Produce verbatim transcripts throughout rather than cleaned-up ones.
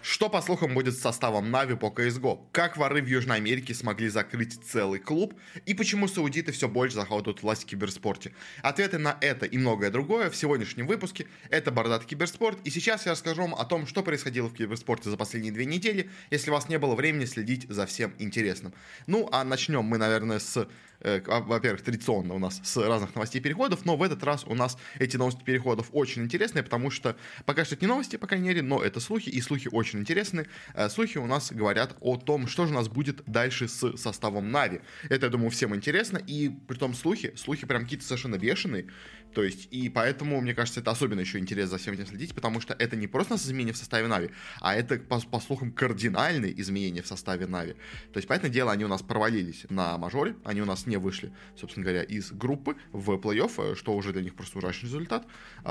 Что, по слухам, будет с составом Нави по си эс го? Как воры в Южной Америке смогли закрыть целый клуб? И почему саудиты все больше захватывают власть в киберспорте? Ответы на это и многое другое в сегодняшнем выпуске. Это Бородатый киберспорт. И сейчас я расскажу вам о том, что происходило в киберспорте за последние две недели, если у вас не было времени следить за всем интересным. Ну, а начнем мы, наверное, с... Во-первых, традиционно у нас с разных новостей переходов, но в этот раз у нас эти новости переходов очень интересные, потому что пока что это не новости, по крайней мере, но это слухи, и слухи очень интересные. Слухи у нас говорят о том, что же у нас будет дальше с составом Нави. Это, я думаю, всем интересно, и при том слухи, слухи прям какие-то совершенно бешеные, то есть, и поэтому, мне кажется, это особенно еще интересно за всем этим следить, потому что это не просто изменения в составе Нави, а это, по, по слухам, кардинальные изменения в составе Нави. То есть, понятное дело, они у нас провалились на мажоре, они у нас не вышли, собственно говоря, из группы в плей-офф, что уже для них просто ужасный результат.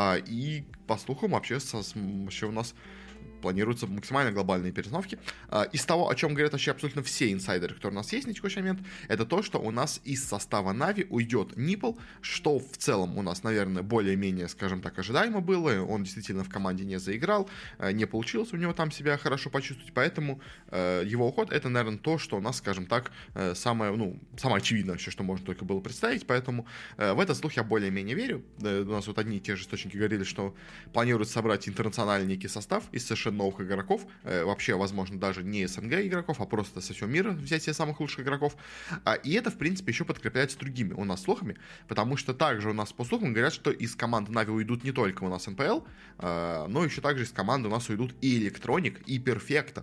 И, по слухам, вообще, вообще у нас планируются максимально глобальные перестановки. Из того, о чем говорят вообще абсолютно все инсайдеры, которые у нас есть на текущий момент, это то, что у нас из состава Нави уйдет Нипл, что в целом у нас, наверное, более-менее, скажем так, ожидаемо было. Он действительно в команде не заиграл, не получилось у него там себя хорошо почувствовать, поэтому его уход — это, наверное, то, что у нас, скажем так, самое, ну, самое очевидное вообще, что можно только было представить, поэтому в этот слух я более-менее верю. У нас вот одни и те же источники говорили, что планируют собрать интернациональный некий состав из совершенно новых игроков, э, вообще, возможно, даже не СНГ игроков, а просто со всего мира взять себе самых лучших игроков. А, и это, в принципе, еще подкрепляется другими у нас слухами, потому что также у нас по слухам говорят, что из команды Нави уйдут не только у нас эн пи эл, э, но еще также из команды у нас уйдут и Электроник, и Перфекта,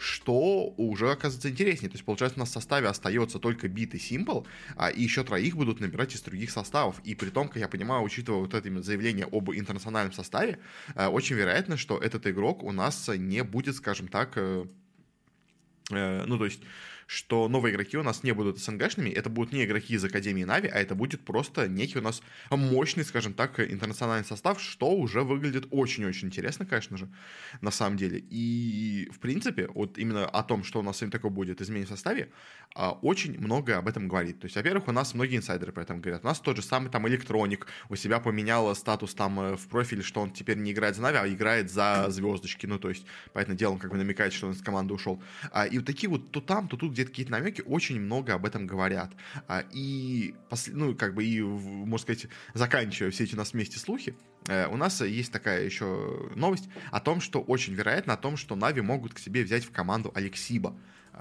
что уже оказывается интереснее. То есть, получается, у нас в составе остается только Бит и Simple, а, и еще троих будут набирать из других составов. И при том, как я понимаю, учитывая вот это заявление об интернациональном составе, э, очень вероятно, что этот игрок у нас не будет, скажем так, э, э, ну, то есть, что новые игроки у нас не будут СНГшными, это будут не игроки из Академии Нави, а это будет просто некий у нас мощный, скажем так, интернациональный состав, что уже выглядит очень-очень интересно, конечно же, на самом деле. И, в принципе, вот именно о том, что у нас сегодня такое будет изменение в составе, очень много об этом говорит. То есть, во-первых, у нас многие инсайдеры про это говорят. У нас тот же самый там Электроник у себя поменял статус там в профиле, что он теперь не играет за Нави, а играет за звездочки. Ну, то есть, понятное дело, он как бы намекает, что он из команды ушел. И вот такие вот то там, то тут где-то какие-то намеки очень много об этом говорят. И, ну, как бы, и, можно сказать, заканчивая все эти у нас вместе слухи, у нас есть такая еще новость о том, что очень вероятно о том, что Нави могут к себе взять в команду Алексиба.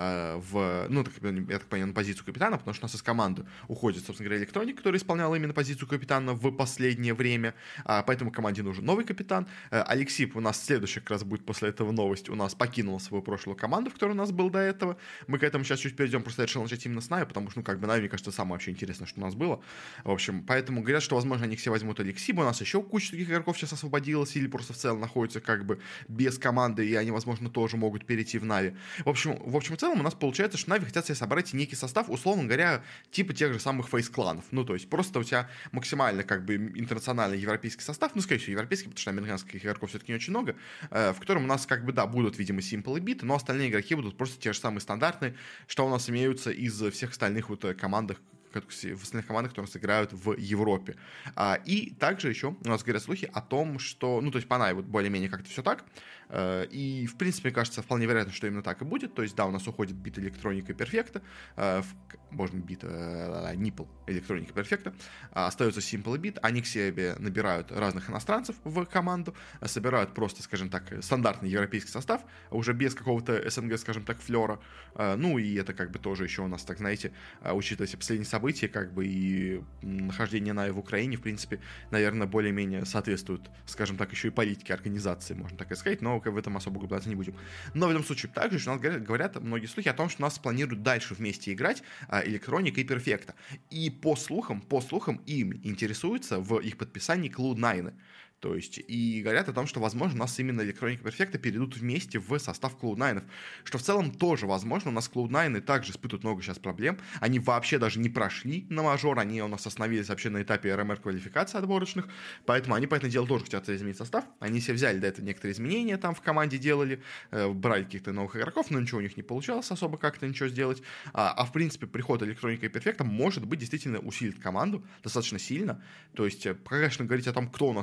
В, ну, так, я так понимаю, на позицию капитана, потому что у нас из команды уходит, собственно говоря, Электроник, который исполнял именно позицию капитана в последнее время, поэтому команде нужен новый капитан. Алексип у нас следующий как раз будет после этого новость, у нас покинул свою прошлую команду, в которой у нас был до этого. Мы к этому сейчас чуть перейдем, просто я решил начать именно с Нави, потому что, ну, как бы Нави, мне кажется, самое вообще интересное, что у нас было. В общем, поэтому говорят, что, возможно, они все возьмут Алексиба, у нас еще куча таких игроков сейчас освободилась или просто в целом находятся как бы без команды, и они, возможно, тоже могут перейти в Нави. В общем, в общем, в целом у нас получается, что Нави хотят себе собрать некий состав, условно говоря, типа тех же самых фейс-кланов. Ну, то есть просто у тебя максимально как бы интернациональный европейский состав, ну, скорее всего, европейский, потому что американских игроков все-таки не очень много, э, в котором у нас как бы, да, будут, видимо, Simple и Bit, но остальные игроки будут просто те же самые стандартные, что у нас имеются из всех остальных вот командах, в остальных командах, которые сыграют в Европе. А, и также еще у нас говорят слухи о том, что, ну, то есть по Нави вот более-менее как-то все так, а, и, в принципе, мне кажется, вполне вероятно, что именно так и будет, то есть, да, у нас уходит Бит, Электроника и Перфекта, а, в, боже, Бит, а, Нипл, Электроника и Перфекта, а, остается Simple и Bit, они к себе набирают разных иностранцев в команду, а, собирают просто, скажем так, стандартный европейский состав, уже без какого-то СНГ, скажем так, флера, а, ну, и это как бы тоже еще у нас, так, знаете, а, учитывая все последние события, события, как бы, и нахождение Нави в Украине, в принципе, наверное, более-менее соответствует, скажем так, еще и политике организации, можно так и сказать, но в этом особо углубляться не будем. Но в этом случае также у нас говорят, говорят многие слухи о том, что нас планируют дальше вместе играть Электроника и Перфекта. И по слухам, по слухам им интересуются в их подписании клоуд найн. То есть, и говорят о том, что, возможно, у нас именно Электроника и Перфекта перейдут вместе в состав клоуд найн, что в целом тоже возможно. У нас клоуд найн также испытывают много сейчас проблем. Они вообще даже не прошли на мажор, они у нас остановились вообще на этапе эр эм эр-квалификации отборочных, поэтому они, по этому делу, тоже хотят изменить состав. Они себе взяли до этого некоторые изменения там в команде делали, э, брали каких-то новых игроков, но ничего у них не получалось особо как-то ничего сделать. А, а в принципе, приход Электроника и Перфекта, может быть, действительно усилит команду достаточно сильно. То есть, конечно, говорить о том, кто у нас, скажем так,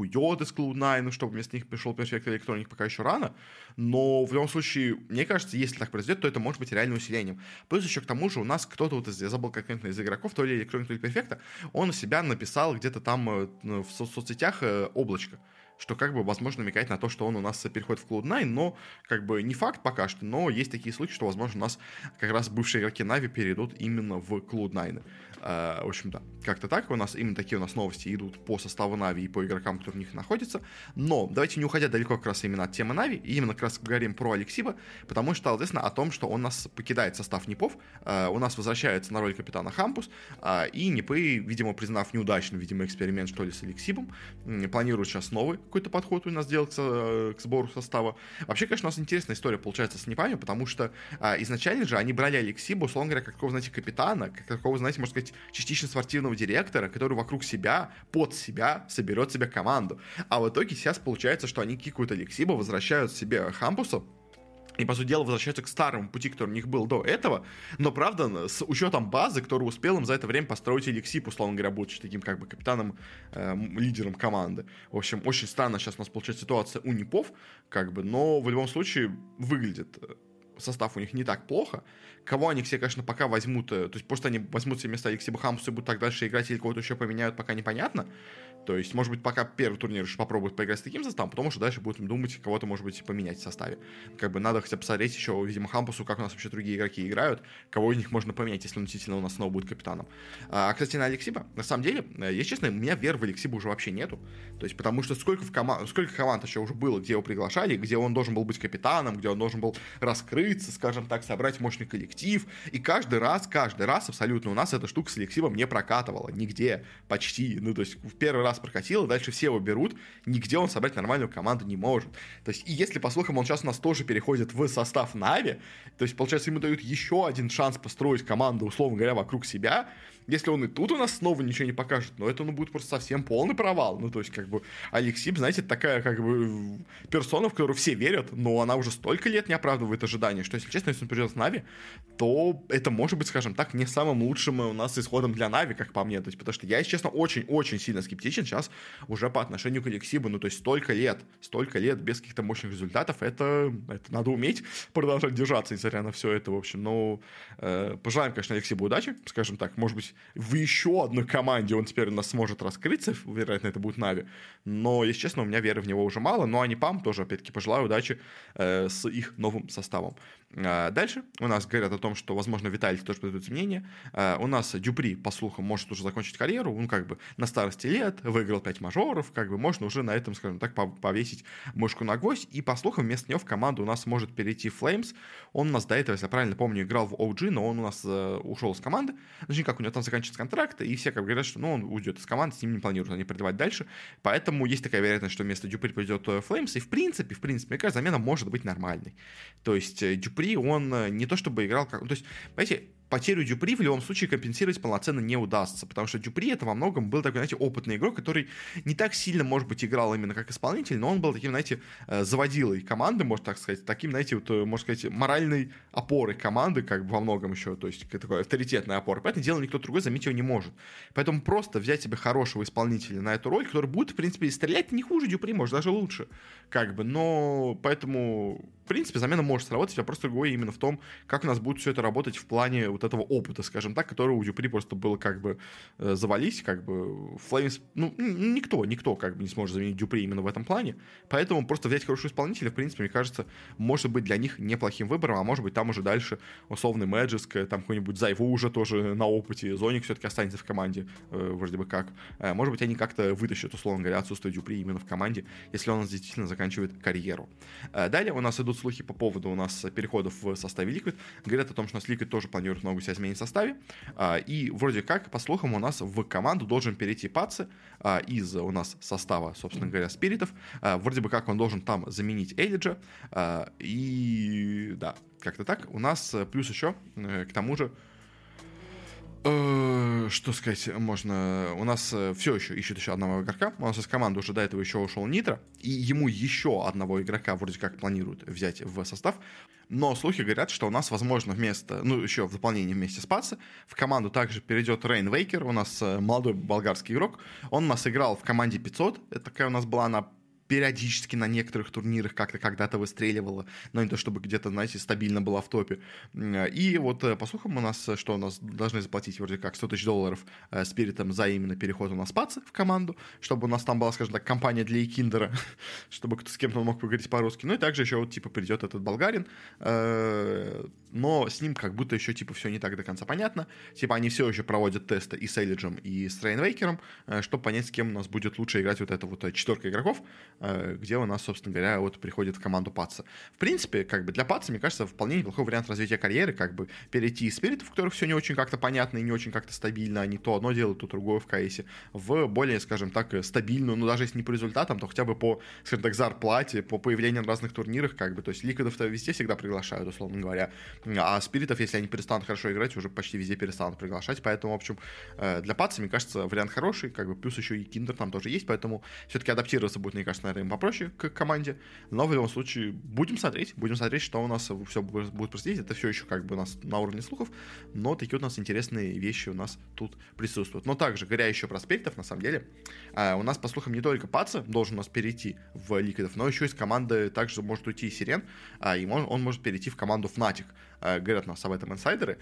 уйдет из клоуд найн, чтобы вместо них пришел Perfect Electronic, пока еще рано. Но в любом случае, мне кажется, если так произойдет, то это может быть реальным усилением. Плюс еще к тому же у нас кто-то, вот из, я забыл конкретно из игроков, то ли Electronic, то ли Perfect, он у себя написал где-то там в со- соцсетях облачко, что как бы, возможно, намекает на то, что он у нас переходит в клоуд найн, но как бы не факт пока что, но есть такие случаи, что, возможно, у нас как раз бывшие игроки Нави перейдут именно в клоуд найн. Uh, в общем, да, как-то так. У нас именно такие у нас новости идут по составу Нави и по игрокам, которые в них находятся. Но давайте не уходя далеко как раз именно от темы Нави, и именно как раз говорим про Алексиба, потому что, соответственно, о том, что он нас покидает состав Непов, uh, у нас возвращается на роль капитана Хампус, uh, и Непы, видимо, признав неудачным, видимо, эксперимент, что ли, с Алексибом, планируют сейчас новый какой-то подход у нас делать к, к сбору состава. Вообще, конечно, у нас интересная история получается с Непами, потому что uh, изначально же они брали Алексиба, условно говоря, как такого, знаете, капитана, как такого, знаете, можно сказать, частично спортивного директора, который вокруг себя, под себя соберет себе команду. А в итоге сейчас получается, что они кикают Алексиба, возвращают себе Хампуса, и, по сути дела, возвращаются к старому пути, который у них был до этого, но, правда, с учетом базы, которую успел им за это время построить Алексип, условно говоря, будучи таким, как бы, капитаном, э, лидером команды. В общем, очень странно сейчас у нас получается ситуация у Непов, как бы, но в любом случае выглядит состав у них не так плохо. Кого они все, конечно, пока возьмут, то есть просто они возьмут себе место Алексея Хампуса и будут так дальше играть, или кого-то еще поменяют, пока непонятно. То есть, может быть, пока первый турнир еще попробуют поиграть с таким составом, потом уже дальше будут думать, кого-то, может быть, поменять в составе. Как бы надо хотя бы посмотреть еще, видимо, Хампусу, как у нас вообще другие игроки играют, кого из них можно поменять, если он действительно у нас снова будет капитаном. А, кстати, на Алексиба, на самом деле, если честно, у меня веры в Алексиба уже вообще нету. То есть, потому что сколько, в кома- сколько команд еще уже было, где его приглашали, где он должен был быть капитаном, где он должен был раскрыться, скажем так, собрать мощный коллектив. И каждый раз, каждый раз абсолютно у нас эта штука с Алексибом не прокатывала. Нигде. Почти. Ну, то есть, в первый раз прокатило, дальше все его берут. Нигде он собрать нормальную команду не может. То есть, и если, по слухам, он сейчас у нас тоже переходит в состав Нави, то есть, получается, ему дают еще один шанс построить команду, условно говоря, вокруг себя. Если он и тут у нас снова ничего не покажет, но это, ну, будет просто совсем полный провал. Ну, то есть, как бы, Алексиб, знаете, такая, как бы, персона, в которую все верят, но она уже столько лет не оправдывает ожидания, что, если честно, если он придет в Нави, то это может быть, скажем так, не самым лучшим у нас исходом для Нави, как по мне. То есть, потому что я, если честно, очень-очень сильно скептичен сейчас уже по отношению к Алексибу. Ну, то есть, столько лет, столько лет без каких-то мощных результатов, это, это надо уметь продолжать держаться, несмотря на все это, в общем. Ну, э, пожелаем, конечно, Алексибу удачи, скажем так. Может быть, в еще одной команде он теперь у нас сможет раскрыться, вероятно, это будет Нави. Но, если честно, у меня веры в него уже мало. Но Непам тоже, опять-таки, пожелаю удачи э, с их новым составом. А дальше у нас говорят о том, что, возможно, Виталий тоже подают изменения. А у нас Дюпри, по слухам, может уже закончить карьеру. Ну, как бы, на старости лет, выиграл пять мажоров. Как бы, можно уже на этом, скажем так, повесить мышку на гвоздь. И, по слухам, вместо него в команду у нас может перейти Flames. Он у нас до этого, если я правильно помню, играл в о джи, но он у нас э, ушел из команды. Точнее, как у него там заканчивается контракт, и все как говорят, что ну, он уйдет из команды, с ним не планируют они продавать дальше. Поэтому есть такая вероятность, что вместо Дюпри придет Flames. И, в принципе, в принципе, мне кажется, замена может быть нормальной. То есть, Дюпри, он не то чтобы играл как... То есть, понимаете, потерю Дюпри в любом случае компенсировать полноценно не удастся, потому что Дюпри это во многом был такой, знаете, опытный игрок, который не так сильно, может быть, играл именно как исполнитель, но он был таким, знаете, заводилой команды, можно так сказать, таким, знаете, вот, можно сказать, моральной опорой команды, как бы во многом еще, то есть такой авторитетная опора. Поэтому дело никто другой заметить его не может. Поэтому просто взять себе хорошего исполнителя на эту роль, который будет, в принципе, стрелять не хуже Дюпри, может, даже лучше, как бы, но поэтому, в принципе, замена может сработать, а просто другое именно в том, как у нас будет все это работать в плане вот этого опыта, скажем так, который у Дюпри просто было как бы э, завались, как бы Флеймс, ну, никто, никто как бы не сможет заменить Дюпри именно в этом плане, поэтому просто взять хорошего исполнителя, в принципе, мне кажется, может быть для них неплохим выбором, а может быть там уже дальше условный Мэджиск, там какой-нибудь Зайву уже тоже на опыте, Зоник все-таки останется в команде, э, вроде бы как, э, может быть они как-то вытащат, условно говоря, отсутствие Дюпри именно в команде, если он действительно заканчивает карьеру. Э, далее у нас идут слухи по поводу у нас переходов в составе Liquid, говорят о том, что у нас Liquid тоже планирует много себя изменить в составе, а, и вроде как, по слухам, у нас в команду должен перейти Паце а, из у нас состава, собственно говоря, Спиритов, а, вроде бы как он должен там заменить Элиджа, а, и да, как-то так. У нас плюс еще, к тому же, Что сказать можно? У нас все еще ищут еще одного игрока. У нас из команды уже до этого еще ушел Нитро. И ему еще одного игрока вроде как планируют взять в состав. Но слухи говорят, что у нас, возможно, вместо, ну, еще в дополнение вместе с Паце, в команду также перейдет Рейн Вейкер. У нас молодой болгарский игрок. Он у нас играл в команде пятьсот. Это такая у нас была она периодически на некоторых турнирах как-то когда-то выстреливала, но не то чтобы где-то, знаете, стабильно была в топе. И вот по слухам у нас, что у нас должны заплатить вроде как сто тысяч долларов Спиритом за именно переход у нас Паца в команду, чтобы у нас там была, скажем так, компания для Экиндера, чтобы кто с кем-то мог поговорить по-русски. Ну и также еще вот типа придет этот болгарин, но с ним как будто еще типа все не так до конца понятно. Типа они все еще проводят тесты и с Элиджем, и с Рейнвейкером, чтобы понять, с кем у нас будет лучше играть вот эта вот четверка игроков, где у нас, собственно говоря, вот приходит в команду Паца. В принципе, как бы для Паца, мне кажется, вполне неплохой вариант развития карьеры, как бы перейти из Спиритов, в которых все не очень как-то понятно и не очень как-то стабильно, они то одно делают, то другое в КСе, в более, скажем так, стабильную, ну даже если не по результатам, то хотя бы по, скажем так, зарплате, по появлению на разных турнирах, как бы, то есть Ликвидов-то везде всегда приглашают, условно говоря, а Спиритов, если они перестанут хорошо играть, уже почти везде перестанут приглашать, поэтому, в общем, для Паца, мне кажется, вариант хороший, как бы, плюс еще и Киндер там тоже есть, поэтому все-таки адаптироваться будет, мне кажется, наверное, попроще к команде, но в любом случае будем смотреть, будем смотреть, что у нас все будет происходить, это все еще как бы у нас на уровне слухов, но такие у нас интересные вещи у нас тут присутствуют. Но также, говоря еще про Спиритов, на самом деле, у нас, по слухам, не только Паца должен у нас перейти в Ликвидов, но еще из команды также может уйти Сирен, и он, он может перейти в команду Fnatic. Говорят нас об этом инсайдеры,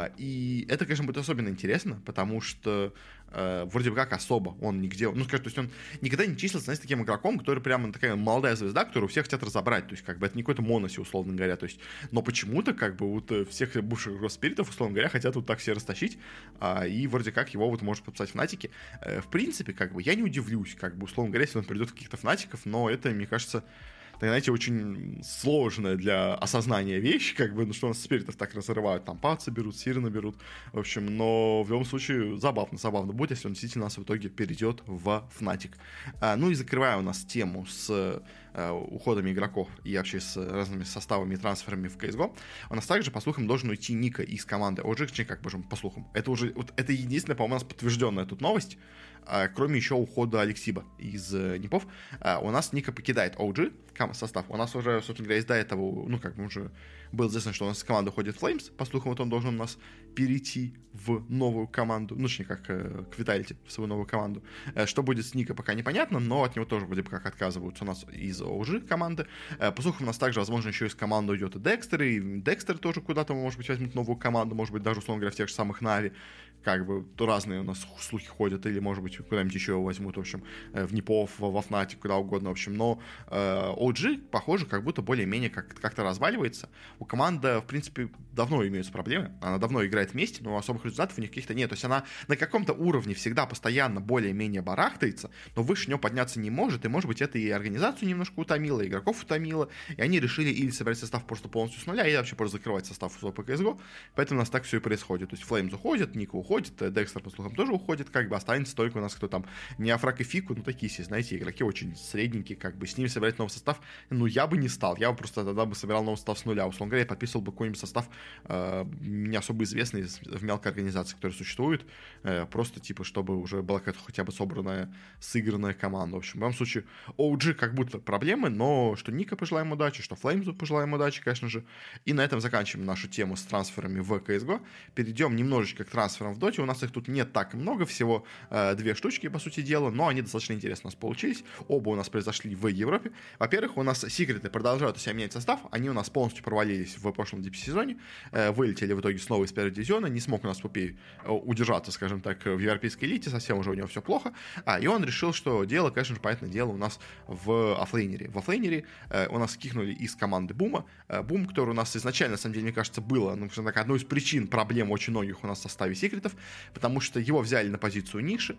и это, конечно, будет особенно интересно, потому что вроде бы как особо он нигде, ну, скажем, то есть он никогда не числился, знаете, таким игроком, который прямо такая молодая звезда, которую всех хотят разобрать, то есть как бы это не какой-то моноси, условно говоря, то есть, но почему-то как бы вот всех бывших игроков Спиритов, условно говоря, хотят вот так все растащить, и вроде как его вот может подписать Фнатики. В принципе, как бы я не удивлюсь, как бы, условно говоря, если он придет в каких-то Фнатиков, но это, мне кажется, знаете, очень сложная для осознания вещь, как бы, ну что у нас Спиритов так разрывают, там Паца берут, Сирена берут, в общем, но в любом случае забавно, забавно будет, если он действительно нас в итоге перейдет в Fnatic. А, ну и закрывая у нас тему с а, уходами игроков и вообще с разными составами и трансферами в си эс го, у нас также, по слухам, должен уйти Ника из команды о джи, как бы, по слухам. Это уже, вот, это единственная, по-моему, у нас подтвержденная тут новость, а, кроме еще ухода Алексиба из э, Непов, а, у нас Ника покидает о джи, состав. У нас уже, собственно говоря, из до этого, ну, как бы уже было известно, что у нас команда ходит Flames. По слухам, вот он должен у нас перейти в новую команду, ну, точнее, как э, к Vitality, в свою новую команду. Э, что будет с Ника, пока непонятно, но от него тоже вроде бы как отказываются у нас из о джи команды. Э, по слухам, у нас также, возможно, еще из команды уйдет и Декстер, и Декстер тоже куда-то, может быть, возьмет новую команду, может быть, даже, условно говоря, в тех же самых Нави. Как бы, то разные у нас слухи ходят, или, может быть, куда-нибудь еще его возьмут, в общем, в Непов, во Fnatic, куда угодно, в общем, но э, о джи, похоже, как будто более-менее как- как-то разваливается. У команды, в принципе, давно имеются проблемы, она давно играет вместе, но особых результатов у них каких-то нет, то есть она на каком-то уровне всегда постоянно более-менее барахтается, но выше нее подняться не может, и, может быть, это и организацию немножко утомило, и игроков утомило, и они решили или собрать состав просто полностью с нуля, или вообще просто закрывать состав по си эс го, поэтому у нас так все и происходит, то есть Flames уходит, Ника уходит, Декстер, по слухам, тоже уходит, как бы останется только у нас кто там, не Афрак и Фику, ну такие все, знаете, игроки очень средненькие, как бы с ними собирать новый состав, ну я бы не стал, я бы просто тогда бы собирал новый состав с нуля, условно говоря, я подписывал бы какой-нибудь состав э, не особо известный в мелкой организации, которая существует, э, просто типа, чтобы уже была какая-то хотя бы собранная, сыгранная команда, в общем, в любом случае, о джи как будто проблемы, но что Ника пожелаем удачи, что Флеймзу пожелаем удачи, конечно же, и на этом заканчиваем нашу тему с трансферами в си эс го, перейдем немножечко к трансферам в Доте, у нас их тут не так много, всего э, две штучки, по сути дела, но они достаточно интересно у нас получились. Оба у нас произошли в Европе. Во-первых, у нас секреты продолжают у себя менять состав, они у нас полностью провалились в прошлом дип-сезоне, э, вылетели в итоге снова из первого дивизиона, не смог у нас Пупей э, удержаться, скажем так, в европейской элите, совсем уже у него все плохо, а, и он решил, что дело, конечно же, понятное дело, у нас в оффлейнере. В оффлейнере э, у нас кикнули из команды Бума, э, Бум, который у нас изначально, на самом деле, мне кажется, было, ну, так, одной из причин проблем очень многих у нас в составе секретов, потому что его взяли на позицию ниши,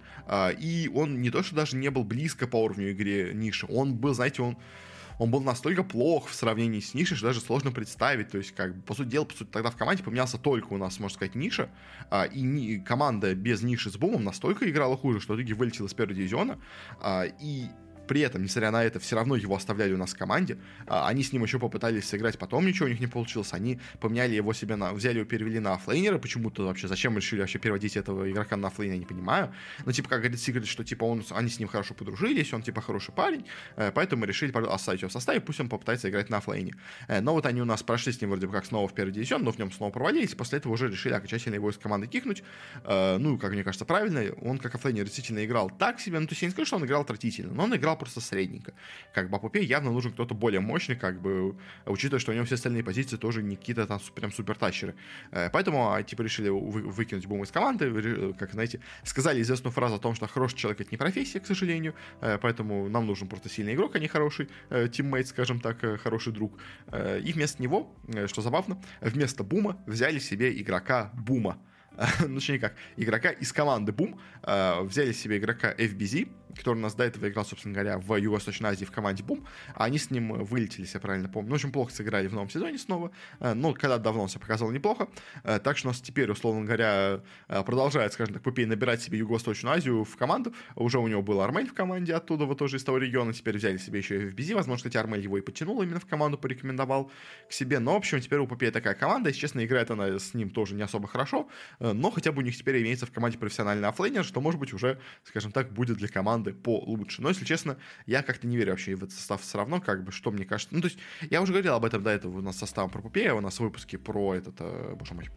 и он не то, что даже не был близко по уровню игры ниши, он был, знаете, он он был настолько плох в сравнении с нишей, что даже сложно представить, то есть, как бы, по сути дела, по сути, тогда в команде поменялся только у нас, можно сказать, ниша, и ни, команда без ниши с Бумом настолько играла хуже, что в итоге вылетела с первого дивизиона, и при этом, несмотря на это, все равно его оставляли у нас в команде. Они с ним еще попытались сыграть, потом ничего у них не получилось. Они поменяли его себе на... Взяли его, перевели на оффлейнера. Почему-то вообще, зачем решили вообще переводить этого игрока на оффлейн, я не понимаю. Но, типа, как говорит Сигрид, что, типа, он, они с ним хорошо подружились, он, типа, хороший парень, поэтому решили оставить его в составе, пусть он попытается играть на оффлейне. Но вот они у нас прошли с ним вроде бы как снова в первый дивизион, но в нем снова провалились, после этого уже решили окончательно его из команды кикнуть. Ну, как мне кажется, правильно. Он как оффлейнер действительно играл так себе, ну, то есть я не скажу, что он играл отвратительно, но он играл просто средненько. Как бы Апупе явно нужен кто-то более мощный, как бы, учитывая, что у него все остальные позиции тоже не какие-то там прям супертащеры. Поэтому, типа, решили вы, выкинуть Бума из команды, как, знаете, сказали известную фразу о том, что хороший человек — это не профессия, к сожалению, поэтому нам нужен просто сильный игрок, а не хороший тиммейт, скажем так, хороший друг. И вместо него, что забавно, вместо Бума взяли себе игрока Бума. Ну, точнее как, игрока из команды Boom, э, взяли себе игрока эф би зет, который у нас до этого играл, собственно говоря, в Юго-Восточной Азии в команде Boom, а они с ним вылетели, если я правильно помню. Ну, очень плохо сыграли в новом сезоне снова, э, но когда давно он себя показал неплохо, э, так что у нас теперь, условно говоря, э, продолжает, скажем так, Пупей набирать себе Юго-Восточную Азию в команду. Уже у него был Армель в команде оттуда, вот тоже из того региона, теперь взяли себе еще эф би зет, возможно, кстати, Армель его и подтянул именно в команду, порекомендовал к себе, но, в общем, теперь у Пупея такая команда, если честно, играет она с ним тоже не особо хорошо, э, но хотя бы у них теперь имеется в команде профессиональный оффлейнер, что, может быть, уже, скажем так, будет для команды получше. Но, если честно, я как-то не верю вообще в этот состав все равно, как бы, что мне кажется. Ну, то есть, я уже говорил об этом до этого у нас составом про Пупея, у нас в выпуске про этот, э, боже мой,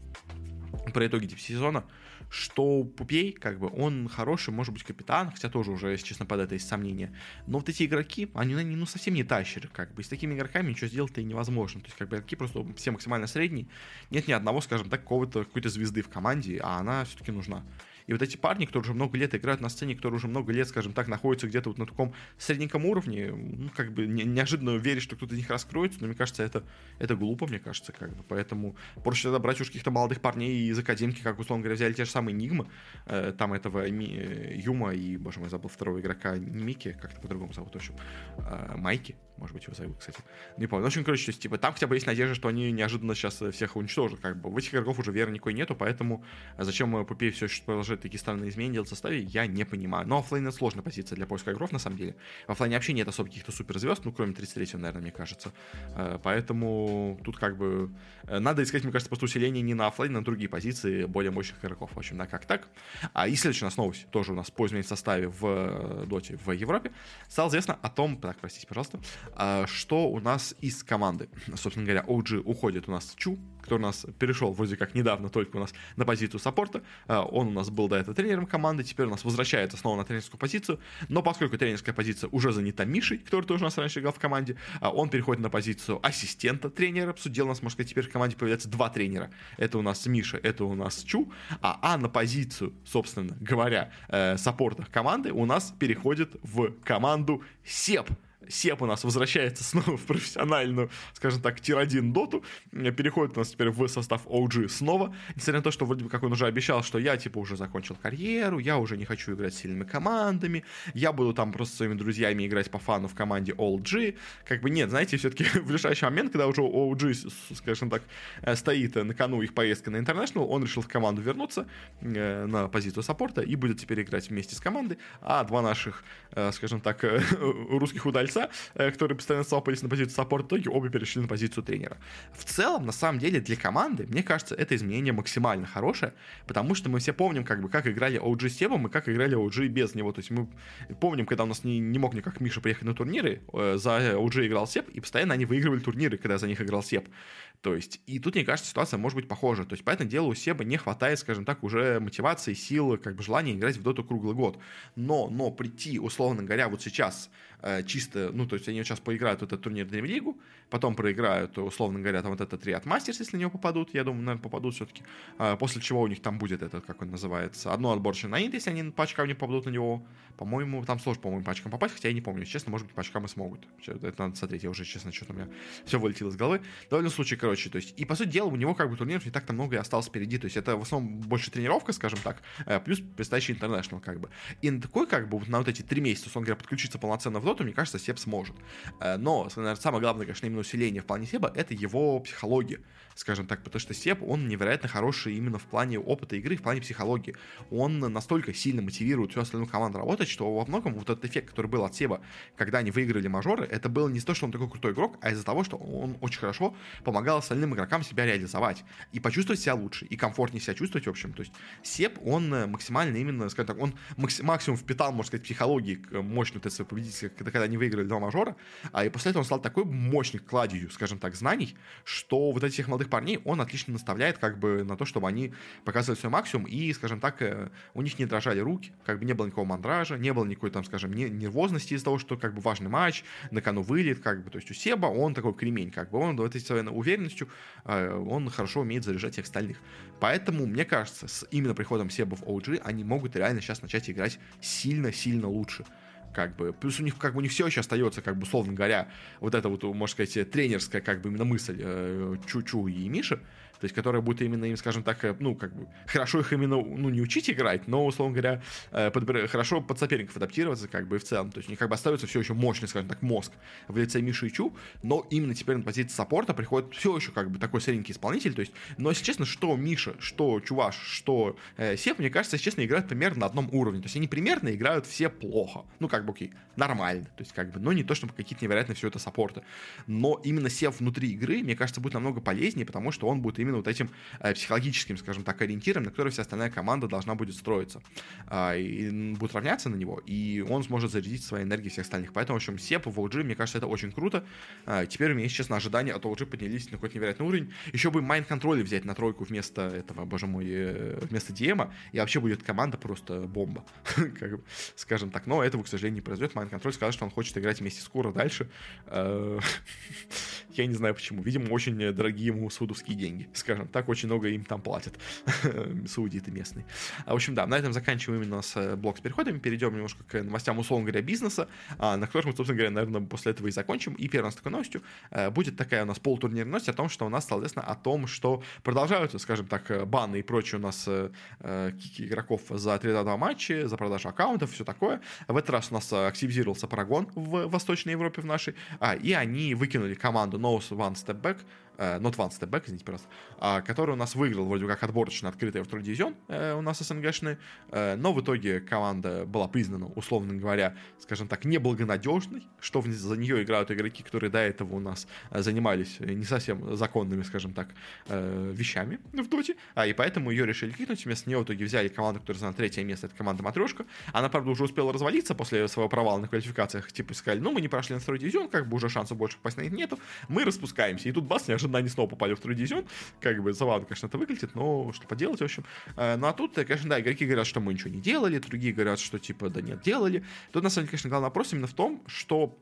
про итоги сезона, что Пупей, как бы, он хороший, может быть, капитан, хотя тоже уже, если честно, под это есть сомнения. Но вот эти игроки, они, ну, совсем не тащеры, как бы, и с такими игроками ничего сделать-то и невозможно. То есть, как бы, игроки просто все максимально средние. Нет ни одного, скажем так, какого-то, какой-то звезды в команде, а она все-таки нужна. И вот эти парни, которые уже много лет играют на сцене, которые уже много лет, скажем так, находятся где-то вот на таком средненьком уровне, ну, как бы не, неожиданно верить, что кто-то из них раскроется, но мне кажется, это, это глупо, мне кажется, как бы. Поэтому проще тогда брать уж каких-то молодых парней из академики, как, условно говоря, взяли те же самые Нигмы, э, там этого Ми, э, Юма и, боже мой, забыл второго игрока, не Мики, как-то по-другому зовут, в общем, э, Майки, может быть, его зовут, кстати, не помню. Ну, в общем, короче, то есть, типа, там хотя бы есть надежда, что они неожиданно сейчас всех уничтожат, как бы. В этих игроков уже веры никакой нету, поэтому зачем Пупей все еще продолжает такие странные изменения делать в составе, я не понимаю. Но оффлейн — это сложная позиция для поиска игроков, на самом деле. В оффлейне вообще нет особо каких-то суперзвезд, ну, кроме тридцать третьего, наверное, мне кажется. Поэтому тут как бы надо искать, мне кажется, просто усиление не на оффлейн, а на другие позиции более мощных игроков. В общем, да, как так. А и следующая у нас новость, тоже у нас по изменению в составе в Доте в Европе, стало известно о том, так, простите, пожалуйста, что у нас из команды, собственно говоря, о джи уходит у нас Чу, который у нас перешел вроде как недавно только у нас на позицию саппорта. Он у нас был до этого тренером команды, теперь у нас возвращается снова на тренерскую позицию, но поскольку тренерская позиция уже занята Мишей, который тоже у нас раньше играл в команде, он переходит на позицию ассистента тренера. Суть дела, у нас, можно сказать, теперь в команде появляется два тренера. Это у нас Миша, это у нас Чу, а, а на позицию, собственно говоря, э, саппорта команды у нас переходит в команду Сеп. Сеп у нас возвращается снова в профессиональную, скажем так, тир один доту, переходит у нас теперь в состав о джи снова, несмотря на то, что вроде бы как он уже обещал, что я, типа, уже закончил карьеру, я уже не хочу играть с сильными командами, я буду там просто со своими друзьями играть по фану в команде о джи, как бы нет, знаете, все-таки в решающий момент, когда уже о джи, скажем так, стоит на кону их поездка на International, он решил в команду вернуться э, на позицию саппорта и будет теперь играть вместе с командой, а два наших, э, скажем так, э, русских удальца, которые постоянно свапались на позицию саппорта, в итоге обе перешли на позицию тренера. В целом, на самом деле, для команды, мне кажется, это изменение максимально хорошее, потому что мы все помним, как бы, как играли о джи с Себом и как играли о джи без него. То есть мы помним, когда у нас не, не мог никак Миша приехать на турниры, за о джи играл Себ, и постоянно они выигрывали турниры, когда за них играл Себ. То есть, и тут, мне кажется, ситуация может быть похожа. То есть, по этому делу у Себа не хватает, скажем так, уже мотивации, силы, как бы желания играть в доту круглый год. Но, но прийти, условно говоря, вот сейчас э, чисто, ну, то есть, они сейчас поиграют вот этот турнир Dream League, потом проиграют, условно говоря, там вот этот Риад Мастерс, если на него попадут, я думаю, наверное, попадут все-таки, э, после чего у них там будет этот, как он называется, одно отборочное на Инт, если они по очкам не попадут на него. По-моему, там сложно, по-моему, по очкам попасть, хотя я не помню, если честно, может быть, по очкам и смогут. Это надо смотреть, я уже, честно, что-то у меня все вылетело из головы. В любом случае, короче, то есть, и по сути дела, у него как бы турниров не так-то много и осталось впереди, то есть это в основном больше тренировка, скажем так, плюс предстоящий интернешнл, как бы. И на такой, как бы, вот на вот эти три месяца, условно говоря, подключиться полноценно в доту, мне кажется, Себ сможет. Но, наверное, самое главное, конечно, именно усиление в плане Себа — это его психология, скажем так, потому что Себ, он невероятно хороший именно в плане опыта игры, в плане психологии. Он настолько сильно мотивирует всю остальную команду работать, что во многом вот этот эффект, который был от Себа, когда они выиграли мажоры, это было не то, что он такой крутой игрок, а из-за того, что он очень хорошо помогал остальным игрокам себя реализовать и почувствовать себя лучше, и комфортнее себя чувствовать, в общем. То есть Себ, он максимально именно, скажем так, он максимум впитал, можно сказать, психологии мощную ТС победителя, когда, когда они выиграли два мажора, а и после этого он стал такой мощной кладью, скажем так, знаний, что вот этих молодых парней он отлично наставляет как бы на то, чтобы они показывали свой максимум и, скажем так, у них не дрожали руки, как бы не было никакого мандража, не было никакой там, скажем, нервозности из-за того, что как бы важный матч, на кону вылет, как бы, то есть у Себа он такой кремень, как бы он этой своей уверенностью, он хорошо умеет заряжать всех остальных. Поэтому, мне кажется, с именно приходом Себа в о джи они могут реально сейчас начать играть сильно-сильно лучше. Как бы, плюс у них, как бы, у них все еще остается, как бы, условно говоря, вот эта вот, можно сказать, тренерская, как бы, именно мысль э, Чу-Чу и Миши, то есть, которая будет именно им, скажем так, ну, как бы, хорошо их именно, ну, не учить играть, но, условно говоря, э, под, хорошо под соперников адаптироваться, как бы, и в целом. То есть, у них, как бы, остается все еще мощный, скажем так, мозг в лице Миши и Чу, но именно теперь на позиции саппорта приходит все еще, как бы, такой средненький исполнитель, то есть, но, если честно, что Миша, что Чуваш, что э, Себ, мне кажется, если честно, играют примерно на одном уровне, то есть, они примерно играют все плохо, ну, как бы, окей, нормально, то есть, как бы, но не то, чтобы какие-то невероятные все это саппорты, но именно Себ внутри игры, мне кажется, будет намного полезнее, потому что он будет именно вот этим э, психологическим, скажем так, ориентиром, на который вся остальная команда должна будет строиться, э, и будет равняться на него, и он сможет зарядить своей энергией всех остальных. Поэтому, в общем, Себ в о джи, мне кажется, это очень круто. Э, теперь у меня, если честно, ожидания от о джи поднялись на какой-то невероятный уровень. Еще бы майнд-контроль взять на тройку вместо этого, боже мой, э, вместо ди эм, и вообще будет команда просто бомба, как бы, скажем так. Но этого, к сожалению, не произойдет. Майнд-контроль сказал, что он хочет играть вместе с Куро дальше. Э, я не знаю почему. Видимо, очень дорогие ему саудовские деньги, скажем так, очень много им там платят саудиты местные. В общем, да, на этом заканчиваем именно с блок с переходами, перейдем немножко к новостям, условно говоря, бизнеса, на которых мы, собственно говоря, наверное, после этого и закончим. И первая у нас такой новостью будет такая у нас полутурнирная новость о том, что у нас, соответственно, о том, что продолжаются, скажем так, баны и прочие у нас кики игроков за три на два матчи, за продажу аккаунтов, все такое. В этот раз у нас активизировался Парагон в Восточной Европе в нашей, и они выкинули команду No One Step Back, Not One Step Back, извините, пожалуйста, который у нас выиграл вроде как отборочно открытый второй дивизион у нас СНГшный, но в итоге команда была признана, условно говоря, скажем так, неблагонадежной, что за нее играют игроки, которые до этого у нас занимались не совсем законными, скажем так, вещами в доте, а и поэтому ее решили кикнуть, вместо нее в итоге взяли команду, которая заняла третье место, это команда Матрешка. Она, правда, уже успела развалиться после своего провала на квалификациях, типа сказали, ну, мы не прошли на второй дивизион, как бы уже шансов больше попасть на них нету, мы распускаемся, и тут бас, неожиданно они снова попали в второй дивизион, как бы забавно, конечно, это выглядит, но что поделать, в общем. Ну, а тут, конечно, да, игроки говорят, что мы ничего не делали, другие говорят, что, типа, да нет, делали. Тут, на самом деле, конечно, главный вопрос именно в том, что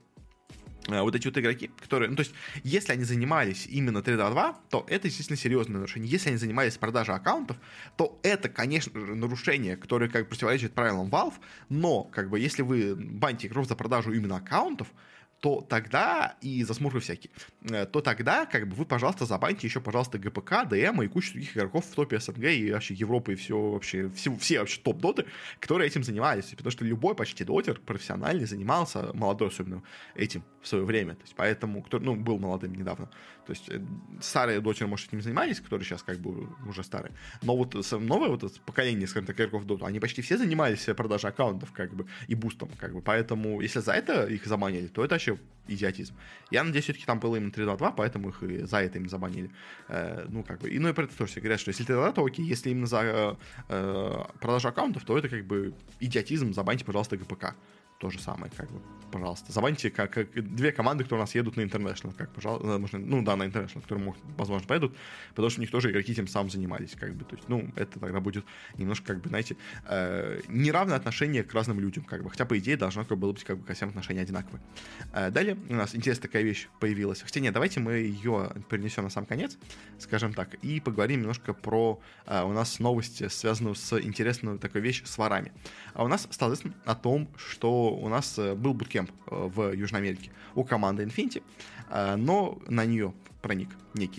вот эти вот игроки, которые, ну, то есть, если они занимались именно три на два, то это, естественно, серьезное нарушение. Если они занимались продажей аккаунтов, то это, конечно же, нарушение, которое, как бы, противоречит правилам Valve, но, как бы, если вы баните игроков за продажу именно аккаунтов, то тогда, и за смурфы всякие, то тогда, как бы, вы, пожалуйста, забаньте еще, пожалуйста, ГПК, ДМ и кучу других игроков в топе СНГ и вообще Европы и все вообще, все, все вообще топ-доты, которые этим занимались. Потому что любой почти дотер профессиональный занимался, молодой особенно, этим в свое время. То есть, поэтому, кто, ну, был молодым недавно. То есть, старые дотеры, может, этим занимались, которые сейчас, как бы, уже старые. Но вот новое вот поколение, скажем так, игроков доту, они почти все занимались продажей аккаунтов, как бы, и бустом, как бы. Поэтому, если за это их заманили, то это вообще идиотизм. Я надеюсь, все-таки там было именно три на два, поэтому их и за это им забанили. Э, ну, как бы, и, ну, и про это тоже все говорят, что если три на два, то окей, если именно за э, продажу аккаунтов, то это, как бы, идиотизм, забаньте, пожалуйста, ГПК. То же самое, как бы, пожалуйста. Забаньте как, как две команды, которые у нас едут на International, как, пожалуйста, можно, ну да, на International, которые, может, возможно, поедут, потому что у них тоже игроки тем самым занимались, как бы, то есть, ну, это тогда будет немножко, как бы, знаете, э, неравное отношение к разным людям, как бы, хотя, по идее, должно как бы, было быть, как бы, ко всем отношения одинаковые. Э, далее у нас интересная такая вещь появилась, хотя нет, давайте мы ее перенесем на сам конец, скажем так, и поговорим немножко про э, у нас новости, связанную с интересной такой вещью, с ворами. А у нас стало известно о том, что у нас был буткемп в Южной Америке у команды Infinity, но на нее проник некий вор,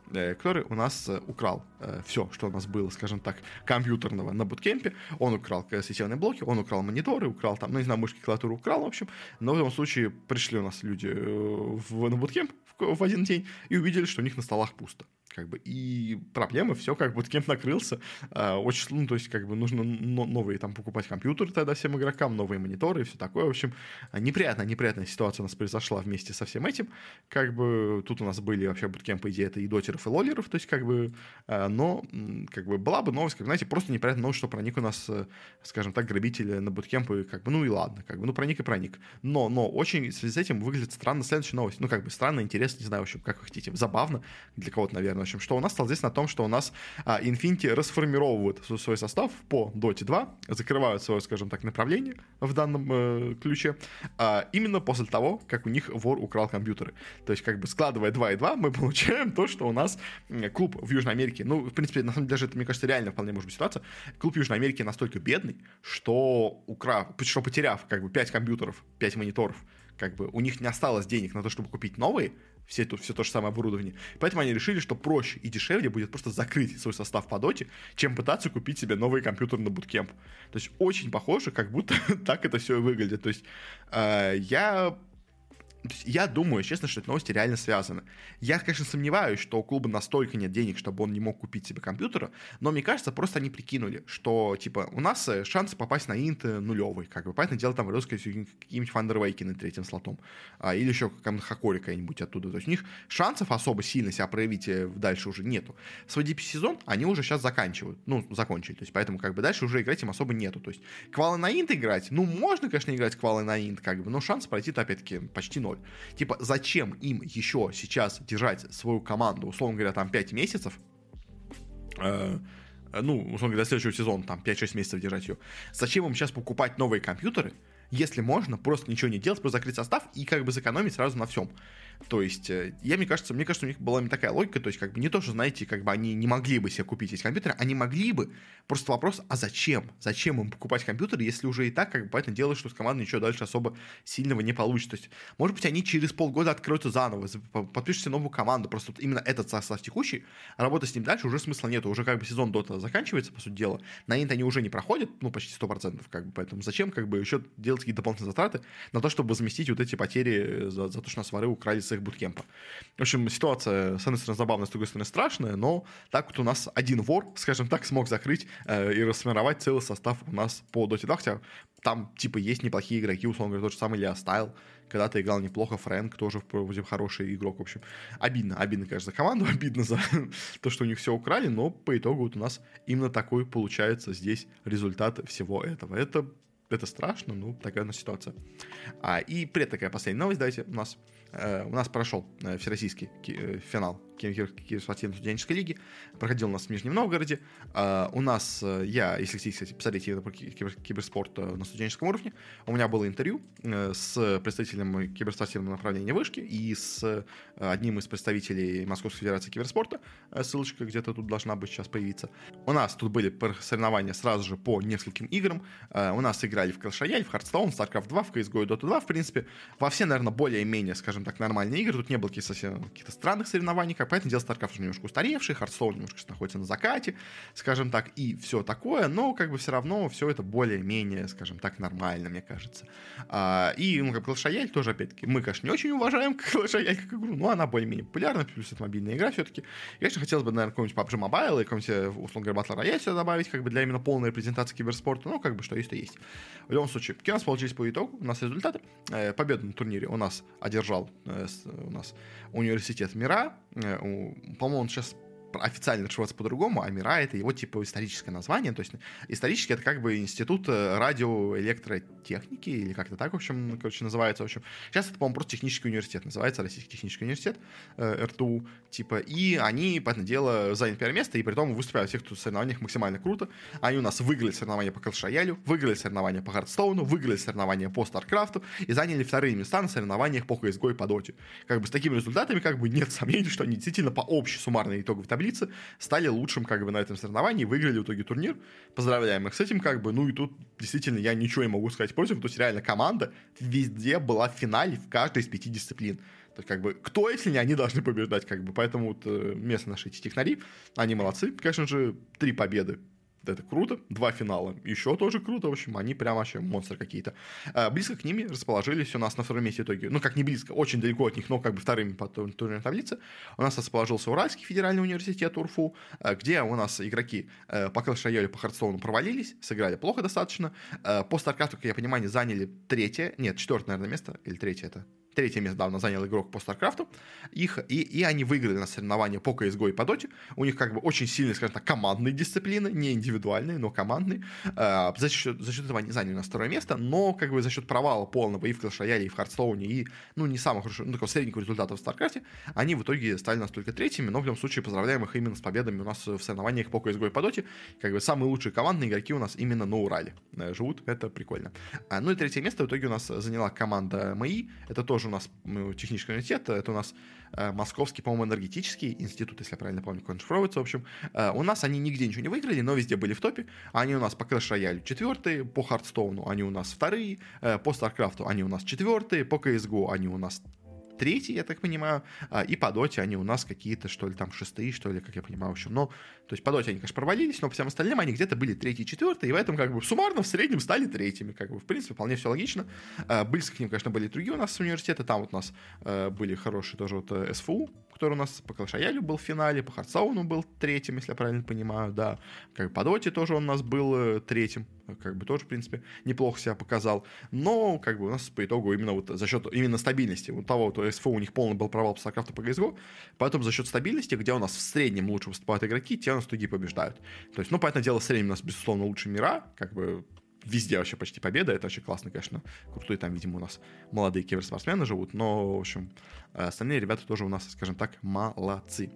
э, который у нас э, украл э, все, что у нас было, скажем так, компьютерного на буткемпе. Он украл сетевые блоки, он украл мониторы, украл там, ну, не знаю, мышки, клавиатуру украл, в общем. Но в любом случае пришли у нас люди э, в, на буткемп в, в один день и увидели, что у них на столах пусто. Как бы, и проблемы, все, как буткемп накрылся. Э, очень, ну, то есть, как бы, нужно но, новые там покупать компьютеры тогда всем игрокам, новые мониторы и все такое. В общем, неприятная, неприятная ситуация у нас произошла вместе со всем этим. Как бы, тут у нас были вообще буткемп, по идее, это и дотеров, и лолеров, то есть, как бы, э, но, как бы, была бы новость, как, знаете, просто неприятная новость, что проник у нас, э, скажем так, грабители на буткемпы, как бы, ну и ладно, как бы, ну, проник и проник. Но, но, очень в связи с этим выглядит странно следующая новость. Ну, как бы, странно, интересно, не знаю, в общем, как вы хотите, забавно для кого-то, наверное. В общем, что у нас стало здесь на том, что у нас а, Infinity расформировывают свой состав по Доте два, закрывают свое, скажем так, направление в данном э, ключе, а, именно после того, как у них вор украл компьютеры. То есть, как бы, складывая два и два, мы получаем то, что у нас клуб в Южной Америке, ну, в принципе, на самом деле, даже это, мне кажется, реально вполне может быть ситуация, клуб Южной Америки настолько бедный, что, украв, что потеряв, как бы, пять компьютеров, пять мониторов, как бы, у них не осталось денег на то, чтобы купить новые, все, то, все то же самое оборудование. Поэтому они решили, что проще и дешевле будет просто закрыть свой состав по доте, чем пытаться купить себе новый компьютер на буткемп. То есть очень похоже, как будто так это все и выглядит. То есть э, я... Я думаю, честно, что эти новости реально связаны. Я, конечно, сомневаюсь, что у клуба настолько нет денег, чтобы он не мог купить себе компьютера, но мне кажется, просто они прикинули, что, типа, у нас шансы попасть на инт нулевый, как бы, поэтому дело там вырос какие-нибудь фандервейки на третьим слотом, а, или еще какая-нибудь хакори какая-нибудь оттуда. То есть у них шансов особо сильно себя проявить дальше уже нету. Свой ди пи сезон они уже сейчас заканчивают, ну, закончили, то есть поэтому, как бы, дальше уже играть им особо нету. То есть квалы на инт играть, ну, можно, конечно, играть квалы на инт, как бы, но шанс пройти-то, опять-таки, почти ноль. Типа, зачем им еще сейчас держать свою команду, условно говоря, там пять месяцев, э, ну, условно говоря, до следующего сезона, там, пять-шесть месяцев держать ее, зачем им сейчас покупать новые компьютеры, если можно просто ничего не делать, просто закрыть состав и как бы сэкономить сразу на всем. То есть, я, мне кажется, мне кажется, у них была именно такая логика, то есть, как бы не то, что, знаете, как бы они не могли бы себе купить эти компьютеры, они могли бы, просто вопрос, а зачем? Зачем им покупать компьютеры, если уже и так, как бы, поэтому делают, что с командой ничего дальше особо сильного не получится. То есть, может быть, они через полгода откроются заново, подпишутся новую команду, просто вот именно этот состав текущий, работать с ним дальше уже смысла нету, уже как бы сезон Дота заканчивается, по сути дела, на инт они уже не проходят, ну, почти сто процентов, как бы, поэтому зачем, как бы, еще делать какие-то дополнительные затраты на то, чтобы возместить вот эти потери за, за то, что нас воры украли с их буткемпа. В общем, ситуация, с одной стороны, забавная, с другой стороны, страшная, но так вот у нас один вор, скажем так, смог закрыть э, и расформировать целый состав у нас по Доте два, хотя там, типа, есть неплохие игроки, условно говоря, тот же самый Лео Стайл, когда-то играл неплохо, Фрэнк тоже, вроде, хороший игрок, в общем. Обидно, обидно, конечно, за команду, обидно за то, что у них все украли, но по итогу вот у нас именно такой получается здесь результат всего этого. Это Это страшно, ну, такая у нас ситуация. А, и при такая последняя новость, давайте, у нас, э, у нас прошел э, всероссийский ки- э, финал киберспортивной студенческой лиги, проходил у нас в Нижнем Новгороде. Э, у нас, э, я, если хотите, кстати, посмотреть именно про кибер, киберспорт э, на студенческом уровне, у меня было интервью э, с представителем киберспортивного направления Вышки и с э, одним из представителей Московской Федерации киберспорта. Э, ссылочка где-то тут должна быть сейчас появиться. У нас тут были соревнования сразу же по нескольким играм. Э, у нас играли в Clash Royale, в Hearthstone, StarCraft два, в си эс го и Dota два, в принципе, во все, наверное, более-менее, скажем так, нормальные игры. Тут не было каких-то, совсем, каких-то странных соревнований, как поэтому дело StarCraft уже немножко устаревший, Hearthstone немножко находится на закате, скажем так, и все такое, но как бы все равно все это более-менее, скажем так, нормально, мне кажется. А, и, ну, как Clash Royale тоже, опять-таки, мы, конечно, не очень уважаем Clash Royale как игру, но она более-менее популярна, плюс это мобильная игра все-таки. И, конечно, хотелось бы, наверное, какой-нибудь пабг Mobile или какой-нибудь, условно говоря, Battle Royale сюда добавить, как бы для именно полной репрезентации киберспорта, ну, как бы, что есть, то есть. В любом случае, какие у нас получились по итогу? У нас результаты. Э, победу на турнире у нас одержал э, с, у нас университет Мира. Э, у, по-моему, он сейчас официально расшифровывается по-другому, а МИРА — это его, типа, историческое название, то есть исторически это как бы институт радиоэлектротехники, или как-то так, в общем, короче, называется, в общем. Сейчас это, по-моему, просто технический университет, называется Российский технический университет, э, эр тэ у, типа, и они, понятное дело, заняли первое место, и при том выступают в всех соревнованиях максимально круто. Они у нас выиграли соревнования по Clash Royale, выиграли соревнования по Hearthstone, выиграли соревнования по StarCraft и заняли вторые места на соревнованиях по си эс го и по Доте. Как бы с такими результатами, как бы, нет сомнений, что они действительно по общей суммарной итоговой таблице стали лучшим, как бы, на этом соревновании, выиграли в итоге турнир. Поздравляем их с этим, как бы, ну и тут действительно я ничего не могу сказать против, то есть реально команда везде была в финале в каждой из пяти дисциплин. То есть, как бы, кто, если не они, должны побеждать, как бы. Поэтому вот местные наши эти технари, они молодцы. Конечно же, три победы. Это круто. Два финала. Еще тоже круто. В общем, они прям вообще монстры какие-то. А, близко к ними расположились у нас на втором месте в итоге. Ну, как не близко, очень далеко от них, но как бы вторыми по турнирной таблице. У нас расположился Уральский федеральный университет УРФУ, где у нас игроки по Clash Royale, по Хардстоуну провалились, сыграли плохо достаточно. По Старкрафту, как я понимаю, они заняли третье, нет, четвертое, наверное, место, или третье это. Третье место давно занял игрок по Старкрафту. Их, и, и они выиграли на соревнования по си эс го и по Доте. У них как бы очень сильные, скажем так, командные дисциплины, не индивидуальные, но командные. Э, за, счет, за счет этого они заняли у нас второе место, но как бы за счет провала полного и в Clash Royale, и в Хардстоуне, и ну не самых хороших, ну такого среднего результата в Старкрафте, они в итоге стали нас только третьими, но в любом случае поздравляем их именно с победами у нас в соревнованиях по си эс го и по Доте. Как бы самые лучшие командные игроки у нас именно на Урале э, живут, это прикольно. А, ну и третье место в итоге у нас заняла команда МАИ, это тоже у нас технический университет, это у нас э, Московский, по-моему, энергетический институт, если я правильно помню, как он шифровывается, в общем. Э, у нас они нигде ничего не выиграли, но везде были в топе. Они у нас по Clash Royale четвертые, по Хардстоуну они у нас вторые, э, по Старкрафту они у нас четвертые, по си эс го они у нас третий, я так понимаю, и по доте они у нас какие-то, что ли, там шестые, что ли, как я понимаю, в общем, но, то есть по доте они, конечно, провалились, но по всем остальным они где-то были третьи, четвертые, и в этом, как бы, суммарно в среднем стали третьими, как бы, в принципе, вполне все логично. Близко к ним, конечно, были другие у нас университеты, там вот у нас были хорошие тоже вот эс эф у, который у нас по Clash Royale был в финале, по Хардстоуну был третьим, если я правильно понимаю, да, как бы по доте тоже он у нас был третьим, как бы тоже, в принципе, неплохо себя показал, но, как бы, у нас по итогу именно вот за счет именно стабильности, вот того, то эс эф у у них полный был провал по Старкрафту, по си эс го, поэтому за счет стабильности, где у нас в среднем лучше выступают игроки, те у нас туги побеждают. То есть, ну, понятное дело, в среднем у нас, безусловно, лучше мира, как бы, везде вообще почти победа, это вообще классно, конечно, крутые там, видимо, у нас молодые киберспортсмены живут, но, в общем, остальные ребята тоже у нас, скажем так, молодцы.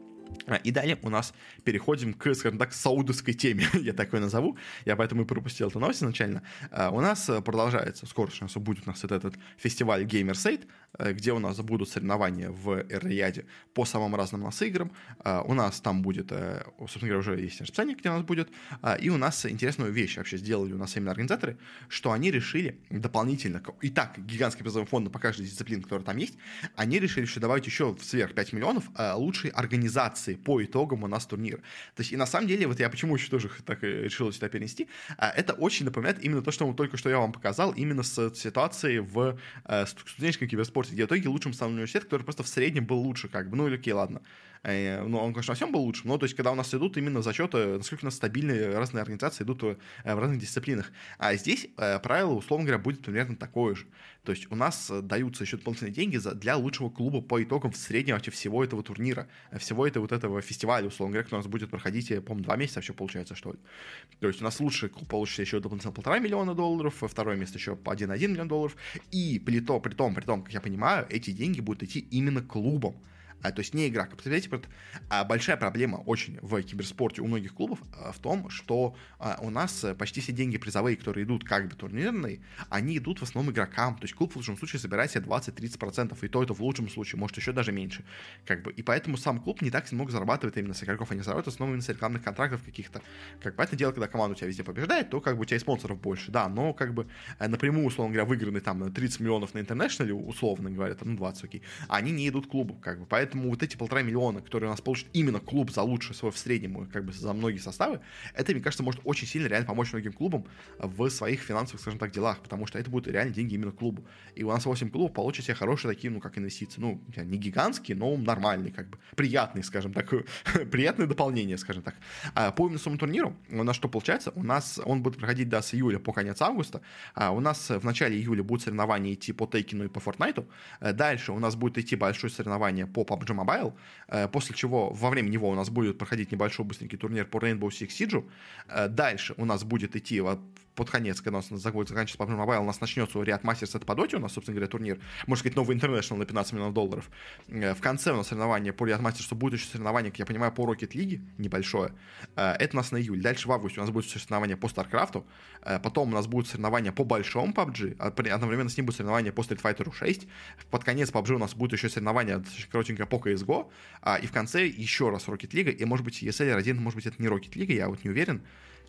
И далее у нас переходим к, скажем так, саудовской теме, я такой назову, я поэтому и пропустил эту новость изначально. У нас продолжается, скоро у нас будет у нас этот фестиваль Gamerside, где у нас будут соревнования в Эр-Рияде по самым разным у нас играм. У нас там будет, собственно говоря, уже есть расписание, где у нас будет, и у нас интересную вещь вообще сделали у нас именно организаторы, что они решили дополнительно, и так гигантский призовой фонд по каждой дисциплине, которая там есть, они решили еще добавить еще сверх пять миллионов лучшей организации по итогам у нас турнира. То есть, и на самом деле, вот я почему еще тоже так решил сюда перенести, это очень напоминает именно то, что только что я вам показал, именно с ситуацией в студенческом киберспорте, где в итоге лучшим стал университет, который просто в среднем был лучше, как бы, ну или окей, ладно. Ну, он, конечно, во всем был лучше, но то есть, когда у нас идут именно за счет, насколько у нас стабильные разные организации идут в разных дисциплинах. А здесь правило, условно говоря, будет примерно такое же. То есть, у нас даются еще дополнительные деньги для лучшего клуба по итогам в среднем вообще всего этого турнира, всего этого вот этого фестиваля, условно говоря, который у нас будет проходить, по-моему, два месяца вообще получается, что ли. То есть, у нас лучший клуб получится еще дополнительно полтора миллиона долларов, второе место еще по один целых один миллион долларов, и при том, при том, при том, как я понимаю, эти деньги будут идти именно клубам. А, то есть не игра. Представляете, а, большая проблема очень в киберспорте у многих клубов а, в том, что а, у нас почти все деньги призовые, которые идут как бы турнирные, они идут в основном игрокам. То есть клуб в лучшем случае собирает себе двадцать-тридцать процентов, и то это в лучшем случае, может еще даже меньше. Как бы. И поэтому сам клуб не так много зарабатывает именно с игроков, они зарабатывают в основном именно с рекламных контрактов каких-то. Как бы, это дело, когда команда у тебя везде побеждает, то как бы у тебя и спонсоров больше, да, но как бы напрямую, условно говоря, выигранные там тридцать миллионов на интернешнале, условно говоря, там, ну двадцать, окей, они не идут клубу, как бы, поэтому Поэтому вот эти полтора миллиона, которые у нас получит именно клуб за лучшее свой в среднем, как бы за многие составы, это, мне кажется, может очень сильно реально помочь многим клубам в своих финансовых, скажем так, делах, потому что это будут реально деньги именно клубу. И у нас восемь клубов получат себе хорошие такие, ну, как инвестиции. Ну, не гигантские, но нормальные, как бы, приятные, скажем так, приятное дополнение, скажем так. А по именно самому турниру у нас что получается? У нас он будет проходить, да, с июля по конец августа. А у нас в начале июля будут соревнования идти по Тейкину и по Фортнайту. Дальше у нас будет идти большое соревнование по пабг Mobile, после чего во время него у нас будет проходить небольшой быстренький турнир по Rainbow Six Siege. Дальше у нас будет идти под конец, когда у нас заканчивается пабг Mobile, у нас начнется Riot Masters, это по доте у нас, собственно говоря, турнир, можно сказать, новый International на пятнадцать миллионов долларов. В конце у нас соревнование по Riot Masters, будет еще соревнование, как я понимаю, по Rocket League, небольшое. Это у нас на июль. Дальше в августе у нас будет соревнование по StarCraft, потом у нас будет соревнование по большому пабг, одновременно с ним будет соревнование по Street Fighter шесть, под конец пабг у нас будет еще соревнование коротенькое по си эс го, и в конце еще раз Rocket League, и может быть и эс эл ар один, может быть это не Rocket League, я вот не уверен.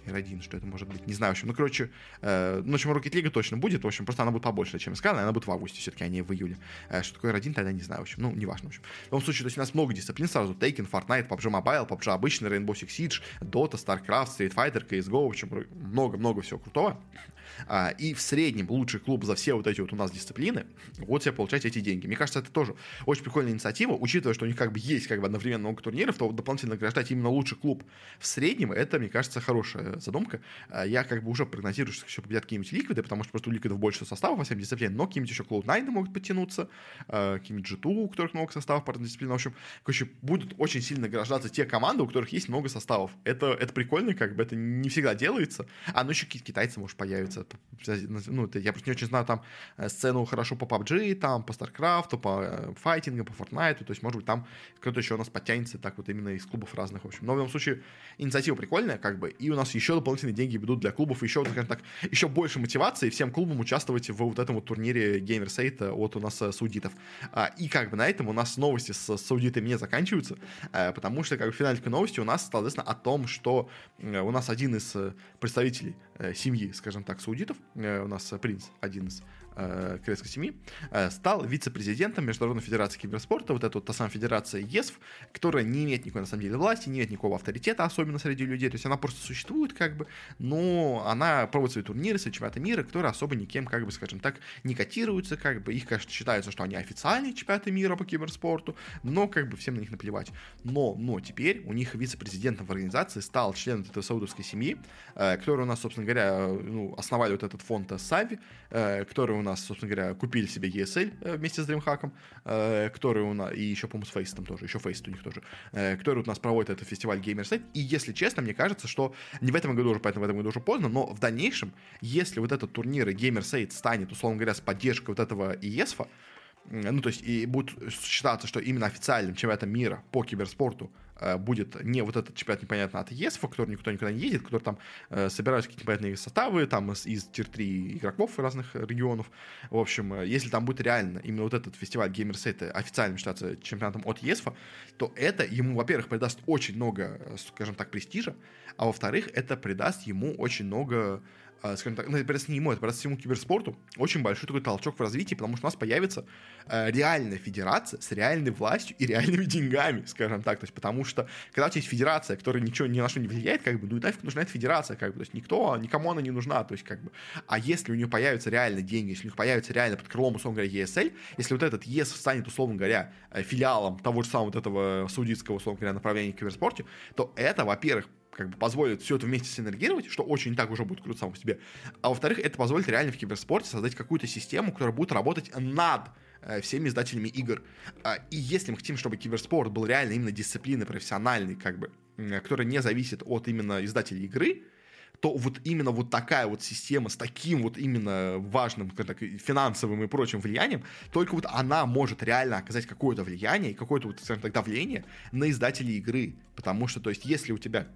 эр один, что это может быть, не знаю, в общем, ну, короче, э, ну, в общем, Rocket League точно будет, в общем, просто она будет побольше, чем эс кей, она будет в августе, все-таки, а не в июле. Э, что такое эр один, тогда не знаю, в общем, ну, неважно, в общем. В любом случае, то есть у нас много дисциплин сразу, Taken, Fortnite, пабг Mobile, пабг обычный, Rainbow Six Siege, Dota, StarCraft, Street Fighter, си эс го, в общем, много-много всего крутого. А, и в среднем лучший клуб за все вот эти вот у нас дисциплины вот себе получать эти деньги. Мне кажется, это тоже очень прикольная инициатива, учитывая, что у них как бы есть как бы одновременно много турниров, то дополнительно награждать именно лучший клуб в среднем, это, мне кажется, хорошая задумка. А, я как бы уже прогнозирую, что еще победят какие-нибудь ликвиды, потому что просто у ликвидов больше составов во всем дисциплине, но какие-нибудь еще клоуд найны могут подтянуться, а, какие-нибудь джи ту, у которых много составов по дисциплине. В общем, короче, будут очень сильно награждаться те команды, у которых есть много составов. Это, это прикольно, как бы это не всегда делается. А ну еще какие-то китайцы, может, появятся. Ну, это, я просто не очень знаю там сцену хорошо по пабг, там по StarCraft, по файтингу, по Fortnite, то есть, может быть, там кто-то еще у нас подтянется так вот именно из клубов разных, в общем. Но в любом случае, инициатива прикольная, как бы, и у нас еще дополнительные деньги будут для клубов, еще, скажем так, еще больше мотивации всем клубам участвовать в вот этом вот турнире Gamersate от у нас саудитов. И как бы на этом у нас новости с саудитами не заканчиваются, потому что, как бы, финальной новостью у нас, соответственно, о том, что у нас один из представителей семьи, скажем так, саудитов, у нас принц, один из э, корейской семьи, э, стал вице-президентом Международной Федерации Киберспорта, вот эта вот та самая федерация ЕСФ, которая не имеет никакой, на самом деле, власти, не имеет никакого авторитета, особенно среди людей, то есть она просто существует, как бы, но она проводит свои турниры, свои чемпионаты мира, которые особо никем, как бы, скажем так, не котируются, как бы, их, конечно, считается, что они официальные чемпионаты мира по киберспорту, но, как бы, всем на них наплевать. Но, но теперь у них вице-президентом в организации стал член этой саудовской семьи, э, который у нас, собственно говоря, ну, основали вот этот фонд Сави, э, который у нас, собственно говоря, купили себе и эс эл э, вместе с DreamHack, э, который у нас, и еще, по-моему, с Фейстом тоже, еще Фейст у них тоже, э, который у нас проводит этот фестиваль Gamersite, и, если честно, мне кажется, что не в этом году уже, поэтому в этом году уже поздно, но в дальнейшем, если вот этот турнир Gamersite станет, условно говоря, с поддержкой вот этого и эс эф, ну, то есть, и будет считаться, что именно официальным чемпионатом мира по киберспорту э, будет не вот этот чемпионат, непонятно, от и эс эф, в который никто никуда не едет, который там э, собираются какие-то непонятные составы, там из, из тир-три игроков разных регионов. В общем, э, если там будет реально именно вот этот фестиваль Gamersate официальным считаться чемпионатом от и эс эф, то это ему, во-первых, придаст очень много, скажем так, престижа, а во-вторых, это придаст ему очень много, скажем так, ну, это просто не ему, это просто всему киберспорту очень большой такой толчок в развитии, потому что у нас появится э, реальная федерация с реальной властью и реальными деньгами, скажем так, то есть потому что, когда у тебя есть федерация, которая ничего ни на что не влияет, как бы, ну и нафиг нужна эта федерация, как бы, то есть никто, никому она не нужна, то есть как бы, а если у нее появятся реально деньги, если у них появится реально под крылом, условно говоря, и эс эл, если вот этот и эс эф станет, условно говоря, филиалом того же самого вот этого саудитского, условно говоря, направления в киберспорте, то это, во-первых, как бы позволит все это вместе синергировать, что очень так уже будет круто само по себе. А во-вторых, это позволит реально в киберспорте создать какую-то систему, которая будет работать над э, всеми издателями игр. А, и если мы хотим, чтобы киберспорт был реально именно дисциплиной профессиональной, как бы, э, которая не зависит от именно издателей игры, то вот именно вот такая вот система с таким вот именно важным, так, финансовым и прочим влиянием, только вот она может реально оказать какое-то влияние и какое-то, вот, скажем так, давление на издателей игры. Потому что, то есть, если у тебя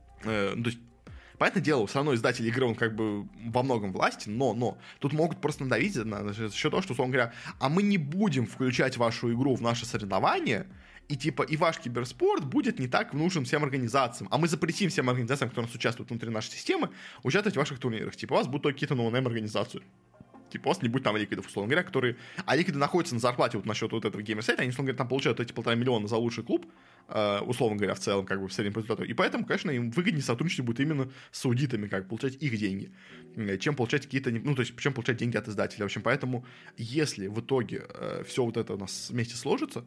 Э, то есть, понятное дело, все равно издатель игры, он как бы во многом власти, но, но тут могут просто надавить на, на счет того, что, условно говоря, а мы не будем включать вашу игру в наше соревнование, и типа и ваш киберспорт будет не так нужен всем организациям, а мы запретим всем организациям, которые у нас участвуют внутри нашей системы, участвовать в ваших турнирах. Типа у вас будут только какие-то ноунейм организации. Типа, у вас не будет там ликвидов, условно говоря, которые... А ликвиды находятся на зарплате вот насчет вот этого Gamersite, они, условно говоря, там получают эти полтора миллиона за лучший клуб, э, условно говоря, в целом, как бы, в среднем по результату. И поэтому, конечно, им выгоднее сотрудничать будет именно с саудитами, как получать их деньги, чем получать какие-то... Ну, то есть, чем получать деньги от издателя. В общем, поэтому, если в итоге э, все вот это у нас вместе сложится,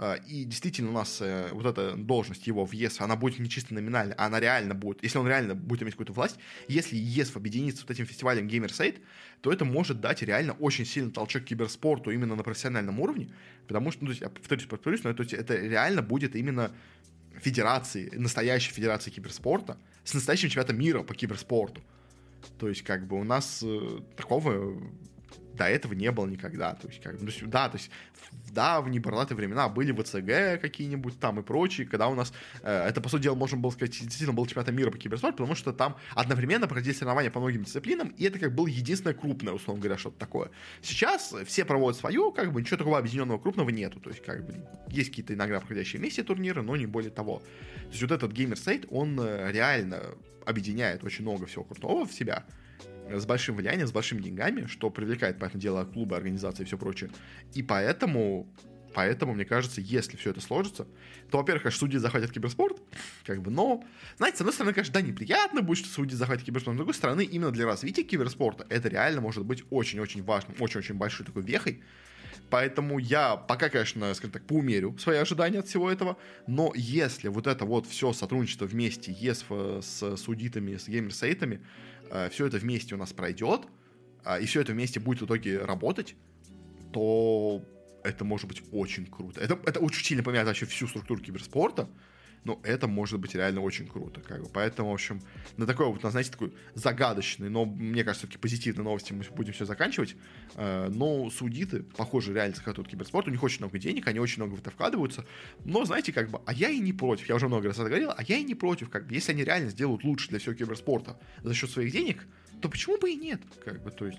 и действительно у нас э, вот эта должность его в и эс эф, она будет не чисто номинальная, а она реально будет, если он реально будет иметь какую-то власть, если и эс эф объединится с вот этим фестивалем Gamersite, то это может дать реально очень сильный толчок киберспорту именно на профессиональном уровне, потому что, ну, то есть, я повторюсь, повторюсь, но это, это реально будет именно федерации, настоящей федерации киберспорта с настоящим чемпионатом мира по киберспорту. То есть, как бы, у нас э, такого... до этого не было никогда. То есть, как, ну, да, то есть в давние бородатые времена были ВЦГ какие-нибудь там и прочие, когда у нас, э, это, по сути дела, можно было сказать, действительно был чемпионат мира по киберспорту, потому что там одновременно проходили соревнования по многим дисциплинам, и это как было единственное крупное, условно говоря, что-то такое. Сейчас все проводят свое, как бы ничего такого объединенного крупного нету. То есть, как бы, есть какие-то иногда проходящие вместе турниры, но не более того. То есть, вот этот геймер-сайт, он реально объединяет очень много всего крутого в себя, с большим влиянием, с большими деньгами, что привлекает, понятное дело, клубы, организации и все прочее. И поэтому, поэтому, мне кажется, если все это сложится, то, во-первых, конечно, судьи захватят киберспорт, как бы, но, знаете, с одной стороны, конечно, да, неприятно будет, что судьи захватят киберспорт, но с другой стороны, именно для развития киберспорта это реально может быть очень-очень важным, очень-очень большой такой вехой. Поэтому я пока, конечно, скажем так, поумерю свои ожидания от всего этого, но если вот это вот все сотрудничество вместе, если с судитами, с геймер-сайтами, все это вместе у нас пройдет, и все это вместе будет в итоге работать, то это может быть очень круто. Это, это очень сильно поменяет вообще всю структуру киберспорта, но это может быть реально очень круто. Как бы. Поэтому, в общем, на такой вот, знаете, такой загадочный, но, мне кажется, все-таки позитивной новости мы будем все заканчивать. Но судиты, похоже, реально захватывают киберспорт, у них очень много денег, они очень много в это вкладываются. Но, знаете, как бы, а я и не против, я уже много раз это говорил, а я и не против, как бы, если они реально сделают лучше для всего киберспорта за счет своих денег, то почему бы и нет, как бы, то есть...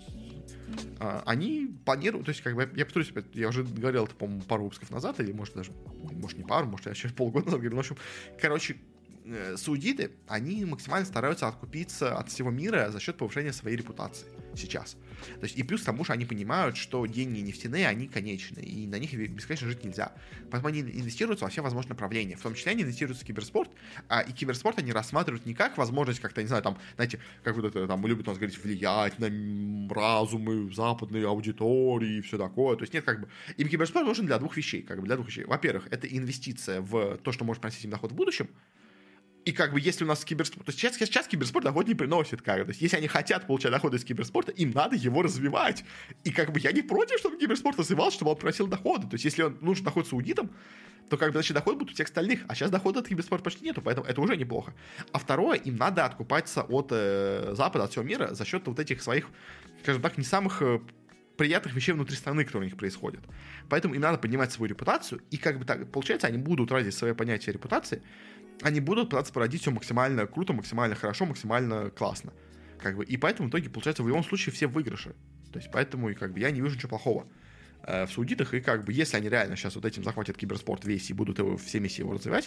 Они планируют, то есть, как бы, я повторюсь, я уже говорил это, по-моему, пару выпусков назад, или, может, даже, может, не пару, может, я через полгода назад говорил, в общем, короче, саудиты, они максимально стараются откупиться от всего мира за счет повышения своей репутации сейчас. То есть, и плюс к тому, что они понимают, что деньги нефтяные, они конечны, и на них бесконечно жить нельзя. Поэтому они инвестируются во все возможные направления. В том числе они инвестируются в киберспорт, а, и киберспорт они рассматривают не как возможность как-то, не знаю, там, знаете, как вот это, там, любят у нас говорить, влиять на разумы западной аудитории и все такое. То есть, нет, как бы, им киберспорт нужен для двух вещей, как бы, для двух вещей. Во-первых, это инвестиция в то, что может приносить им доход в будущем. И как бы если у нас киберспорт... То есть сейчас, сейчас киберспорт доход не приносит, как бы. То есть если они хотят получать доходы из киберспорта, им надо его развивать. И как бы я не против, чтобы киберспорт развивался, чтобы он приносил доходы. То есть если он нужен доход саудитам, то как бы значит доход будет у всех остальных. А сейчас дохода от киберспорта почти нету, поэтому это уже неплохо. А второе, им надо откупаться от э, Запада, от всего мира за счет вот этих своих, скажем так, не самых... Э, приятных вещей внутри страны, которые у них происходят. Поэтому им надо поднимать свою репутацию, и как бы так получается, они будут тратить свое понятие репутации, они будут пытаться породить все максимально круто, максимально хорошо, максимально классно. Как бы, и поэтому в итоге, получается, в любом случае все выигрыши. То есть поэтому и как бы я не вижу ничего плохого э, в саудитах, и как бы если они реально сейчас вот этим захватят киберспорт весь и будут его, все миссии его развивать,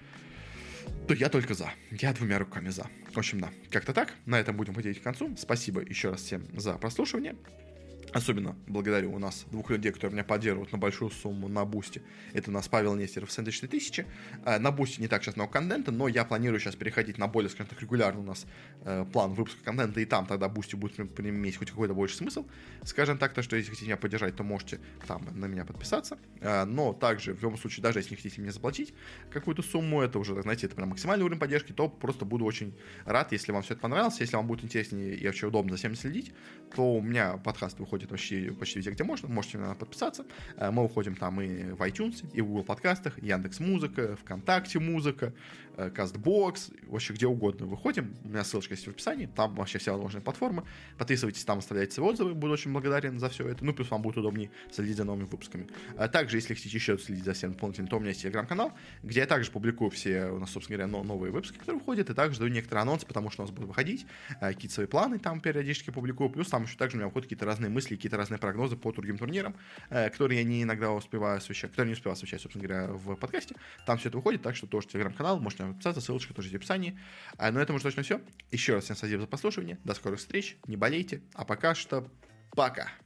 то я только за. Я двумя руками за. В общем, да. Как-то так. На этом будем подходить к концу. Спасибо еще раз всем за прослушивание. Особенно благодарю у нас двух людей, которые меня поддерживают на большую сумму на Бусти. Это у нас Павел Нестеров, Сэндвич три тысячи. На Бусти не так сейчас много контента, но я планирую сейчас переходить на более, скажем так, регулярный у нас э, план выпуска контента, и там тогда Бусти будет иметь хоть какой-то больше смысл. Скажем так, то, что если хотите меня поддержать, то можете там на меня подписаться. Э, но также, в любом случае, даже если не хотите мне заплатить какую-то сумму, это уже, знаете, это прям максимальный уровень поддержки, то просто буду очень рад, если вам все это понравилось, если вам будет интереснее и вообще удобно за всем следить, то у меня подкаст выходит вообще почти везде, где можно, можете на нас подписаться. Мы уходим там и в iTunes, и в Google подкастах, Яндекс.Музыка, ВКонтакте Музыка, Кастбокс, вообще где угодно выходим. У меня ссылочка есть в описании, там вообще все возможные платформы. Подписывайтесь там, оставляйте свои отзывы, буду очень благодарен за все это. Ну, плюс вам будет удобнее следить за новыми выпусками. Также, если хотите еще следить за всем дополнительно, то у меня есть телеграм-канал, где я также публикую все у нас, собственно говоря, новые выпуски, которые выходят, и также даю некоторые анонсы, потому что у нас будут выходить, какие-то свои планы там периодически публикую, плюс там еще также у меня выходят какие-то разные мысли, какие-то разные прогнозы по другим турнирам, которые я не иногда успеваю освещать, которые не успеваю освещать, собственно говоря, в подкасте. Там все это выходит, так что тоже телеграм-канал, можете подписаться, ссылочка тоже есть в описании. Но на этом уже точно все. Еще раз всем спасибо за прослушивание, до скорых встреч, не болейте, а пока что пока.